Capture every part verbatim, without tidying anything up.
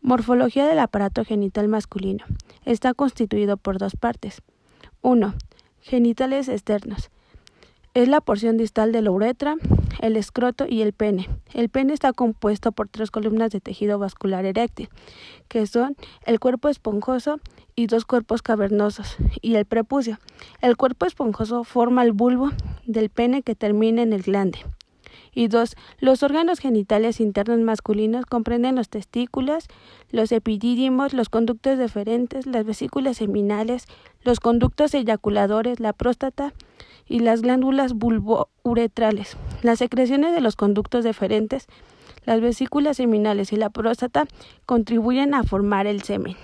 Morfología del aparato genital masculino. Está constituido por dos partes. uno. Genitales externos. Es la porción distal de la uretra, el escroto y el pene. El pene está compuesto por tres columnas de tejido vascular eréctil, que son el cuerpo esponjoso y dos cuerpos cavernosos, y el prepucio. El cuerpo esponjoso forma el bulbo del pene que termina en el glande. Y dos. Los órganos genitales internos masculinos comprenden los testículos, los epidídimos, los conductos deferentes, las vesículas seminales, los conductos eyaculadores, la próstata y las glándulas bulbouretrales. Las secreciones de los conductos deferentes, las vesículas seminales y la próstata contribuyen a formar el semen.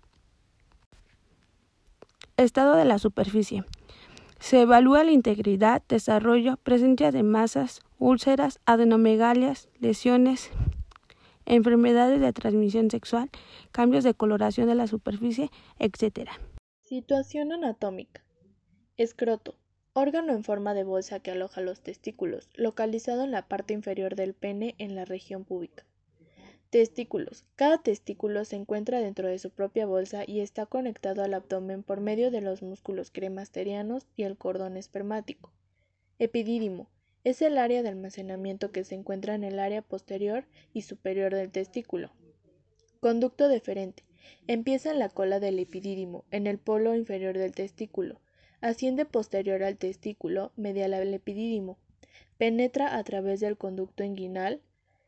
Estado de la superficie. Se evalúa la integridad, desarrollo, presencia de masas, úlceras, adenomegalias, lesiones, enfermedades de transmisión sexual, cambios de coloración de la superficie, etcétera. Situación anatómica. Escroto. Órgano en forma de bolsa que aloja los testículos, localizado en la parte inferior del pene en la región púbica. Testículos. Cada testículo se encuentra dentro de su propia bolsa y está conectado al abdomen por medio de los músculos cremasterianos y el cordón espermático. Epidídimo. Es el área de almacenamiento que se encuentra en el área posterior y superior del testículo. Conducto deferente. Empieza en la cola del epidídimo, en el polo inferior del testículo. Asciende posterior al testículo, medial al epidídimo. Penetra a través del conducto inguinal.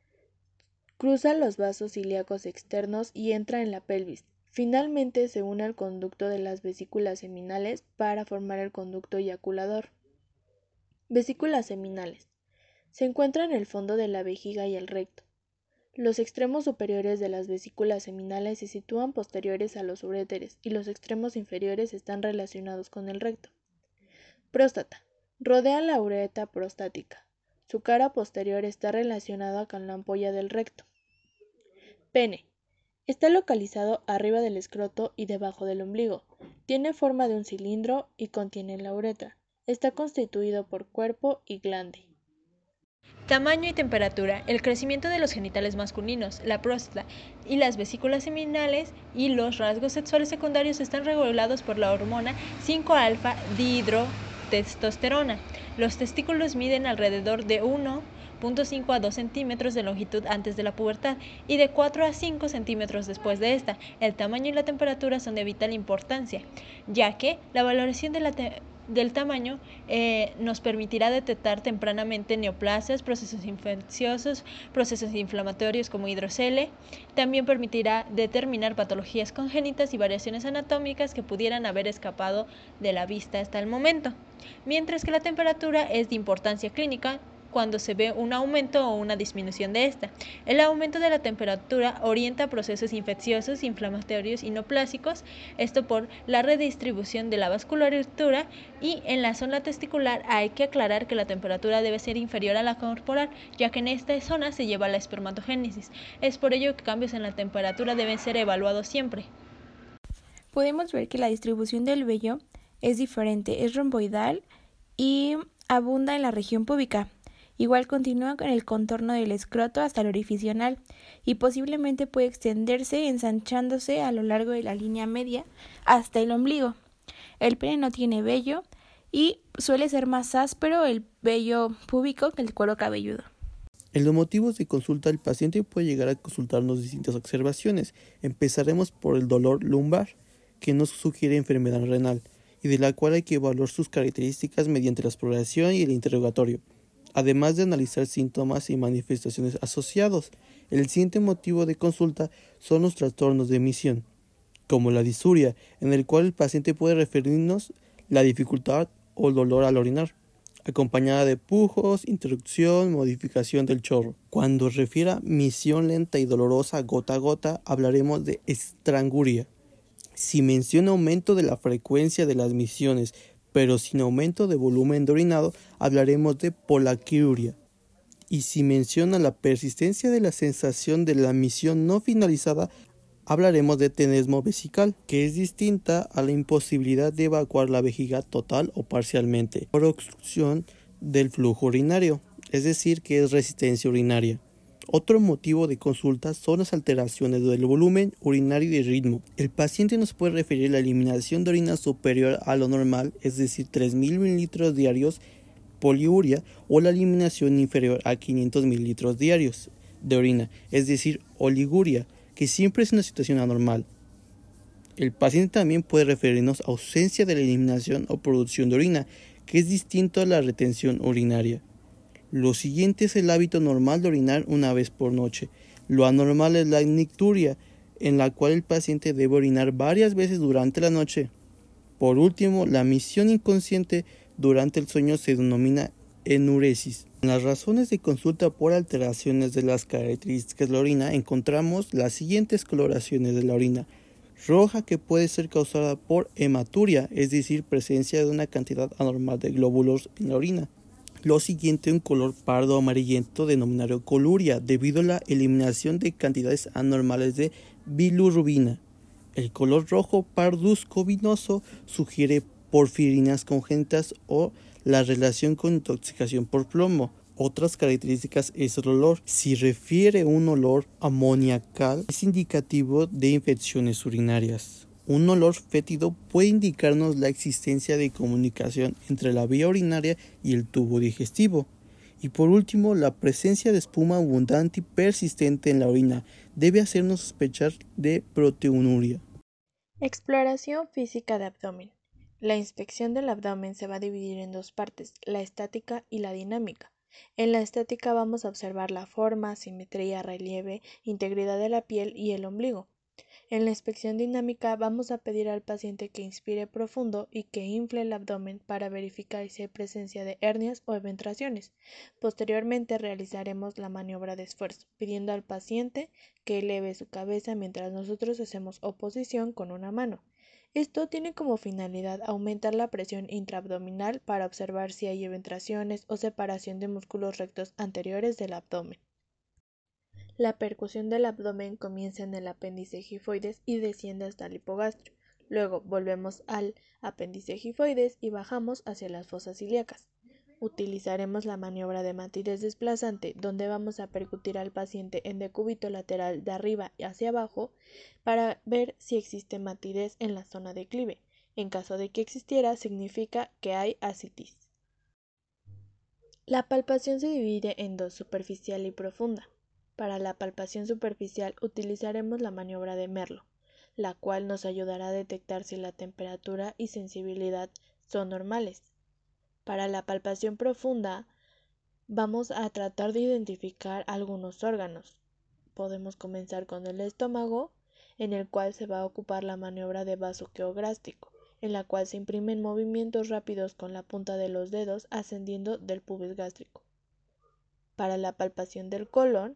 Cruza los vasos ilíacos externos y entra en la pelvis. Finalmente se une al conducto de las vesículas seminales para formar el conducto eyaculador. Vesículas seminales. Se encuentra en el fondo de la vejiga y el recto. Los extremos superiores de las vesículas seminales se sitúan posteriores a los uréteres y los extremos inferiores están relacionados con el recto. Próstata. Rodea la uretra prostática. Su cara posterior está relacionada con la ampolla del recto. Pene. Está localizado arriba del escroto y debajo del ombligo. Tiene forma de un cilindro y contiene la uretra. Está constituido por cuerpo y glande. Tamaño y temperatura. El crecimiento de los genitales masculinos, la próstata y las vesículas seminales y los rasgos sexuales secundarios están regulados por la hormona cinco alfa dihidrotestosterona. Los testículos miden alrededor de uno punto cinco a dos centímetros de longitud antes de la pubertad y de cuatro a cinco centímetros después de esta. El tamaño y la temperatura son de vital importancia, ya que la valoración de la te- del tamaño eh, nos permitirá detectar tempranamente neoplasias, procesos infecciosos, procesos inflamatorios como hidrocele. También permitirá determinar patologías congénitas y variaciones anatómicas que pudieran haber escapado de la vista hasta el momento. Mientras que la temperatura es de importancia clínica cuando se ve un aumento o una disminución de esta. El aumento de la temperatura orienta procesos infecciosos, inflamatorios y neoplásicos, esto por la redistribución de la vasculatura, y en la zona testicular hay que aclarar que la temperatura debe ser inferior a la corporal, ya que en esta zona se lleva la espermatogénesis. Es por ello que cambios en la temperatura deben ser evaluados siempre. Podemos ver que la distribución del vello es diferente, es romboidal y abunda en la región púbica. Igual continúa con el contorno del escroto hasta el orificio anal y posiblemente puede extenderse ensanchándose a lo largo de la línea media hasta el ombligo. El pene no tiene vello y suele ser más áspero el vello púbico que el cuero cabelludo. En los motivos de consulta, el paciente puede llegar a consultarnos distintas observaciones. Empezaremos por el dolor lumbar, que nos sugiere enfermedad renal y de la cual hay que evaluar sus características mediante la exploración y el interrogatorio, además de analizar síntomas y manifestaciones asociados. El siguiente motivo de consulta son los trastornos de emisión, como la disuria, en el cual el paciente puede referirnos la dificultad o el dolor al orinar, acompañada de pujos, interrupción, modificación del chorro. Cuando refiera misión lenta y dolorosa gota a gota, hablaremos de estranguria. Si menciona aumento de la frecuencia de las misiones, pero sin aumento de volumen de orinado, hablaremos de polaquiuria. Y si menciona la persistencia de la sensación de la misión no finalizada, hablaremos de tenesmo vesical, que es distinta a la imposibilidad de evacuar la vejiga total o parcialmente, por obstrucción del flujo urinario, es decir, que es resistencia urinaria. Otro motivo de consulta son las alteraciones del volumen urinario y de ritmo. El paciente nos puede referir a la eliminación de orina superior a lo normal, es decir, tres mil mililitros diarios poliuria, o la eliminación inferior a quinientos mililitros diarios de orina, es decir, oliguria, que siempre es una situación anormal. El paciente también puede referirnos a ausencia de la eliminación o producción de orina, que es distinto a la retención urinaria. Lo siguiente es el hábito normal de orinar una vez por noche. Lo anormal es la nicturia, en la cual el paciente debe orinar varias veces durante la noche. Por último, la misión inconsciente durante el sueño se denomina enuresis. En las razones de consulta por alteraciones de las características de la orina encontramos las siguientes coloraciones de la orina. Roja, que puede ser causada por hematuria, es decir, presencia de una cantidad anormal de glóbulos en la orina. Lo siguiente, un color pardo amarillento denominado coluria, debido a la eliminación de cantidades anormales de bilirrubina. El color rojo parduzco vinoso sugiere porfirinas congénitas o la relación con intoxicación por plomo. Otras características es el olor. Si refiere un olor amoniacal, es indicativo de infecciones urinarias. Un olor fétido puede indicarnos la existencia de comunicación entre la vía urinaria y el tubo digestivo. Y por último, la presencia de espuma abundante y persistente en la orina debe hacernos sospechar de proteinuria. Exploración física de abdomen. La inspección del abdomen se va a dividir en dos partes, la estática y la dinámica. En la estática vamos a observar la forma, simetría, relieve, integridad de la piel y el ombligo. En la inspección dinámica vamos a pedir al paciente que inspire profundo y que infle el abdomen para verificar si hay presencia de hernias o eventraciones. Posteriormente realizaremos la maniobra de esfuerzo, pidiendo al paciente que eleve su cabeza mientras nosotros hacemos oposición con una mano. Esto tiene como finalidad aumentar la presión intraabdominal para observar si hay eventraciones o separación de músculos rectos anteriores del abdomen. La percusión del abdomen comienza en el apéndice gifoides y desciende hasta el hipogastrio. Luego volvemos al apéndice gifoides y bajamos hacia las fosas ilíacas. Utilizaremos la maniobra de matidez desplazante, donde vamos a percutir al paciente en decúbito lateral de arriba y hacia abajo para ver si existe matidez en la zona declive. En caso de que existiera, significa que hay ascitis. La palpación se divide en dos, superficial y profunda. Para la palpación superficial utilizaremos la maniobra de Merlo, la cual nos ayudará a detectar si la temperatura y sensibilidad son normales. Para la palpación profunda vamos a tratar de identificar algunos órganos. Podemos comenzar con el estómago, en el cual se va a ocupar la maniobra de vasoqueográstico, en la cual se imprimen movimientos rápidos con la punta de los dedos ascendiendo del pubis gástrico. Para la palpación del colon,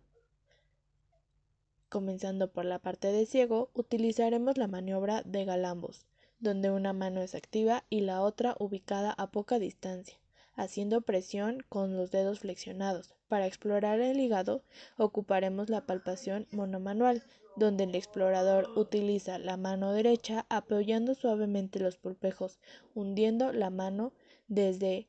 comenzando por la parte de ciego, utilizaremos la maniobra de Galambos, donde una mano es activa y la otra ubicada a poca distancia, haciendo presión con los dedos flexionados. Para explorar el hígado, ocuparemos la palpación monomanual, donde el explorador utiliza la mano derecha apoyando suavemente los pulpejos, hundiendo la mano desde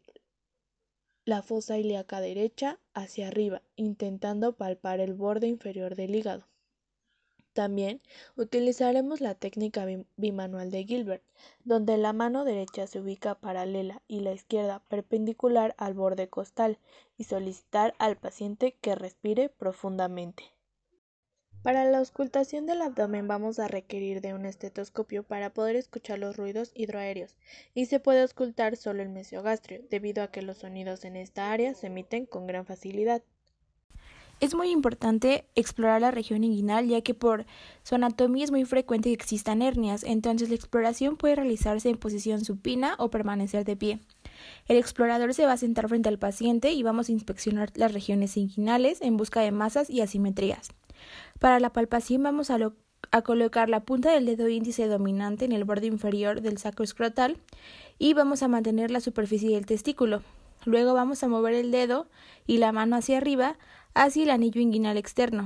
la fosa ilíaca derecha hacia arriba, intentando palpar el borde inferior del hígado. También utilizaremos la técnica bimanual de Gilbert, donde la mano derecha se ubica paralela y la izquierda perpendicular al borde costal, y solicitar al paciente que respire profundamente. Para la auscultación del abdomen vamos a requerir de un estetoscopio para poder escuchar los ruidos hidroaéreos, y se puede auscultar solo el mesogastrio, debido a que los sonidos en esta área se emiten con gran facilidad. Es muy importante explorar la región inguinal, ya que por su anatomía es muy frecuente que existan hernias, entonces la exploración puede realizarse en posición supina o permanecer de pie. El explorador se va a sentar frente al paciente y vamos a inspeccionar las regiones inguinales en busca de masas y asimetrías. Para la palpación vamos a, lo- a colocar la punta del dedo índice dominante en el borde inferior del saco escrotal y vamos a mantener la superficie del testículo. Luego vamos a mover el dedo y la mano hacia arriba hacia el anillo inguinal externo,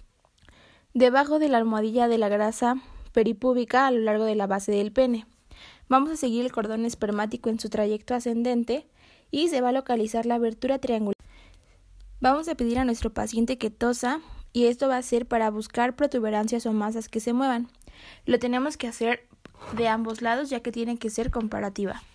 debajo de la almohadilla de la grasa peripúbica a lo largo de la base del pene. Vamos a seguir el cordón espermático en su trayecto ascendente y se va a localizar la abertura triangular. Vamos a pedir a nuestro paciente que tosa y esto va a ser para buscar protuberancias o masas que se muevan. Lo tenemos que hacer de ambos lados ya que tiene que ser comparativa.